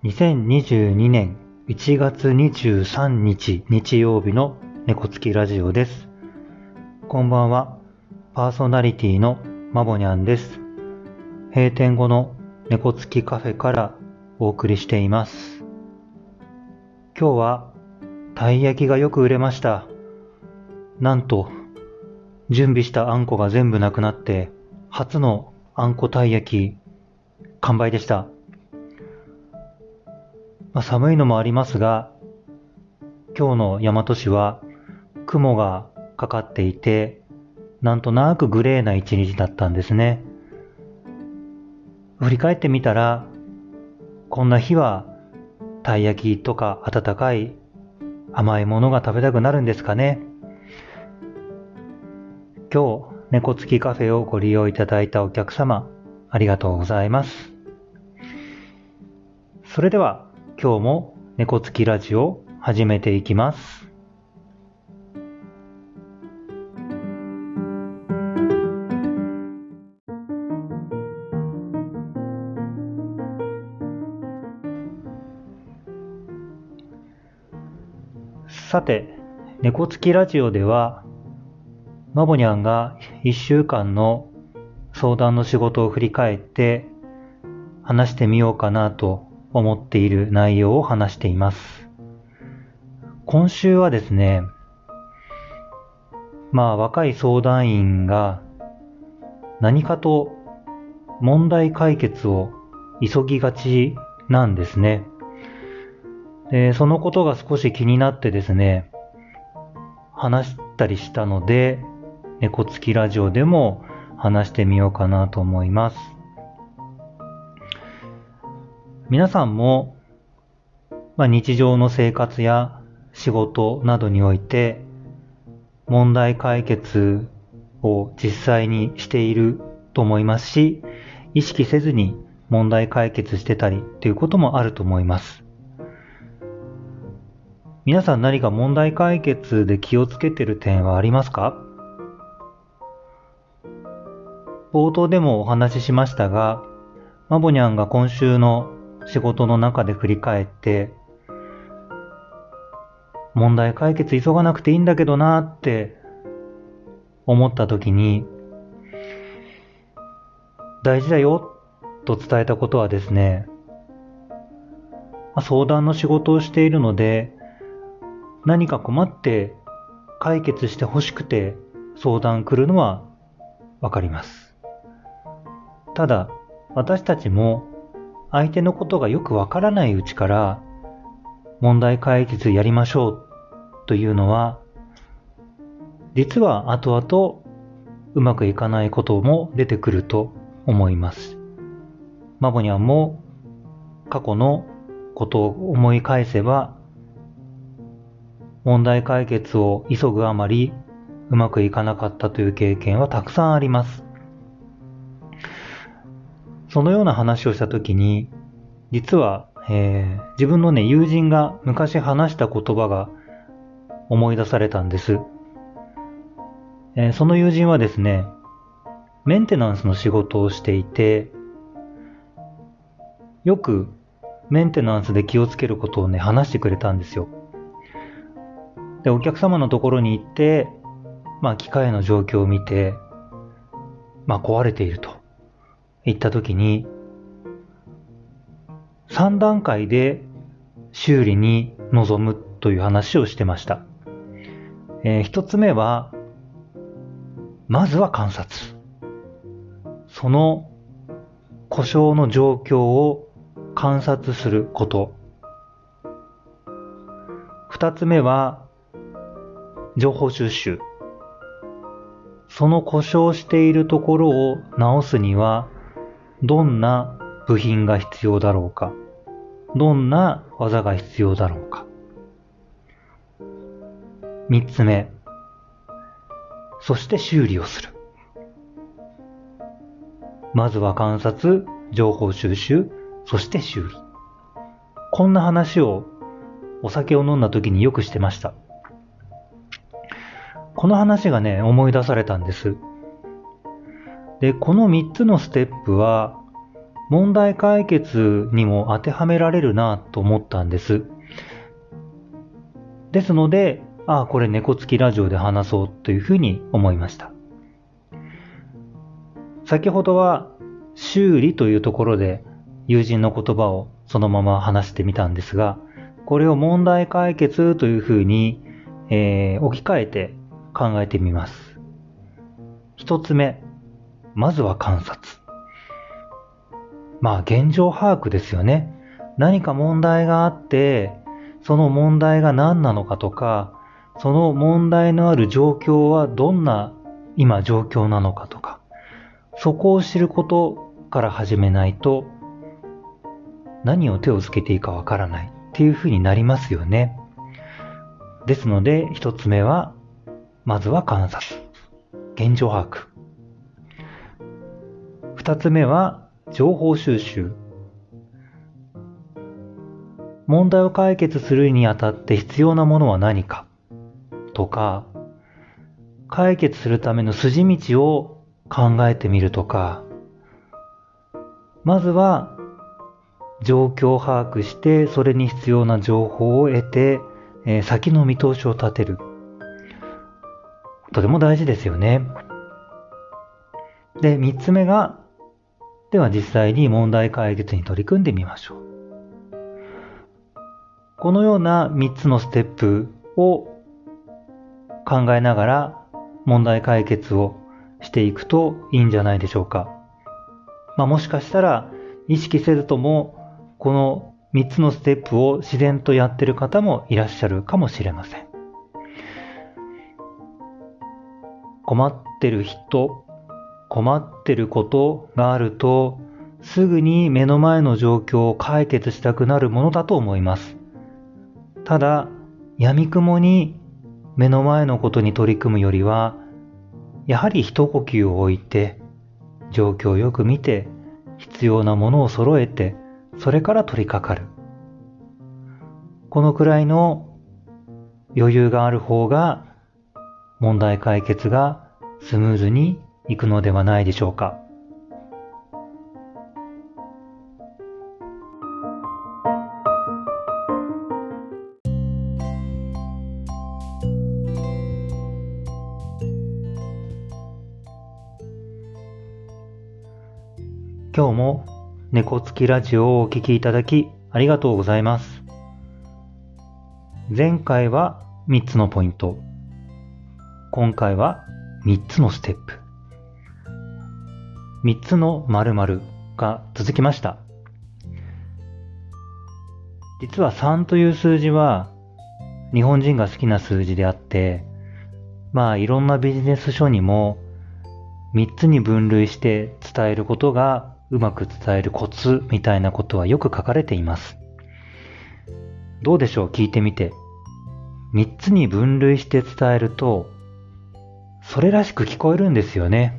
2022年1月23日日曜日の猫つきラジオです。こんばんは。パーソナリティのまぼにゃんです。閉店後の猫つきカフェからお送りしています。今日はたい焼きがよく売れました。なんと準備したあんこが全部なくなって初のあんこたい焼き完売でした。寒いのもありますが、今日の大和市は雲がかかっていて、なんとなくグレーな一日だったんですね。振り返ってみたら、こんな日はたい焼きとか温かい甘いものが食べたくなるんですかね。今日、猫つきカフェをご利用いただいたお客様、ありがとうございます。それでは、今日も猫つきラジオ始めていきます。さて、猫つきラジオでは、まぼにゃんが1週間の相談の仕事を振り返って話してみようかなと思っている内容を話しています。今週はですね、若い相談員が何かと問題解決を急ぎがちなんですね。で、そのことが少し気になってですね、話したりしたので、猫つきラジオでも話してみようかなと思います。皆さんも、日常の生活や仕事などにおいて問題解決を実際にしていると思いますし、意識せずに問題解決してたりということもあると思います。皆さん何か問題解決で気をつけている点はありますか？冒頭でもお話ししましたが、まぼにゃんが今週の仕事の中で振り返って、問題解決急がなくていいんだけどなって思った時に、大事だよと伝えたことはですね、相談の仕事をしているので、何か困って解決してほしくて相談来るのはわかります。ただ、私たちも相手のことがよくわからないうちから問題解決やりましょうというのは、実は後々うまくいかないことも出てくると思います。まぼにゃんも過去のことを思い返せば、問題解決を急ぐあまりうまくいかなかったという経験はたくさんあります。そのような話をしたときに、実は、自分の友人が昔話した言葉が思い出されたんです。その友人はですね、メンテナンスの仕事をしていて、よくメンテナンスで気をつけることを話してくれたんですよ。で、お客様のところに行って、機械の状況を見て、壊れていると言ったときに、3段階で修理に臨むという話をしてました。1つ目は、まずは観察。その故障の状況を観察すること。2つ目は、情報収集。その故障しているところを直すには、どんな部品が必要だろうか、どんな技が必要だろうか。3つ目、そして修理をする。まずは観察、情報収集、そして修理。こんな話をお酒を飲んだ時によくしてました。この話が思い出されたんです。で、この3つのステップは問題解決にも当てはめられるなと思ったんです。ですので、これ猫つきラジオで話そうというふうに思いました。先ほどは修理というところで友人の言葉をそのまま話してみたんですが、これを問題解決というふうに、置き換えて考えてみます。一つ目、まずは観察。現状把握ですよね。何か問題があって、その問題が何なのかとか、その問題のある状況はどんな今状況なのかとか、そこを知ることから始めないと、何を手をつけていいかわからないっていうふうになりますよね。ですので、一つ目は、まずは観察。現状把握。二つ目は、情報収集。問題を解決するにあたって必要なものは何かとか、解決するための筋道を考えてみるとか、まずは状況を把握してそれに必要な情報を得て、先の見通しを立てる。とても大事ですよね。で、三つ目が、では実際に問題解決に取り組んでみましょう。このような3つのステップを考えながら問題解決をしていくといいんじゃないでしょうか。もしかしたら意識せずともこの3つのステップを自然とやっている方もいらっしゃるかもしれません。困ってる人、困ってることがあるとすぐに目の前の状況を解決したくなるものだと思います。ただ、闇雲に目の前のことに取り組むよりは、やはり一呼吸を置いて、状況をよく見て、必要なものを揃えて、それから取り掛かる。このくらいの余裕がある方が、問題解決がスムーズにいくのではないでしょうか。今日も猫つきラジオをお聞きいただきありがとうございます。前回は3つのポイント。今回は3つのステップ。3つの〇〇が続きました。実は3という数字は日本人が好きな数字であって、いろんなビジネス書にも3つに分類して伝えることがうまく伝えるコツみたいなことはよく書かれています。どうでしょう、聞いてみて。3つに分類して伝えると、それらしく聞こえるんですよね。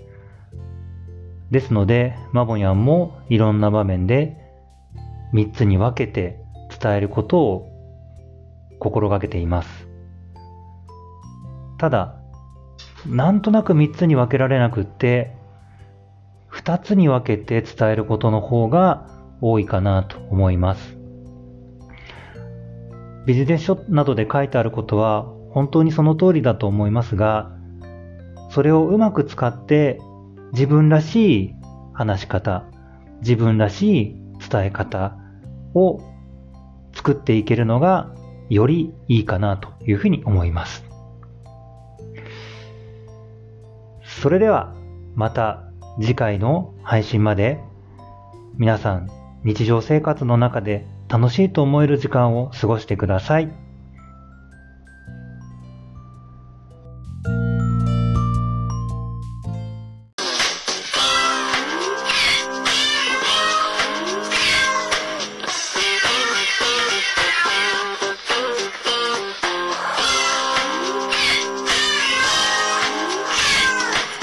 ですので、マボニャンもいろんな場面で3つに分けて伝えることを心がけています。ただ、なんとなく3つに分けられなくって、2つに分けて伝えることの方が多いかなと思います。ビジネス書などで書いてあることは本当にその通りだと思いますが、それをうまく使って自分らしい話し方、自分らしい伝え方を作っていけるのがよりいいかなというふうに思います。それではまた次回の配信まで、皆さん日常生活の中で楽しいと思える時間を過ごしてください。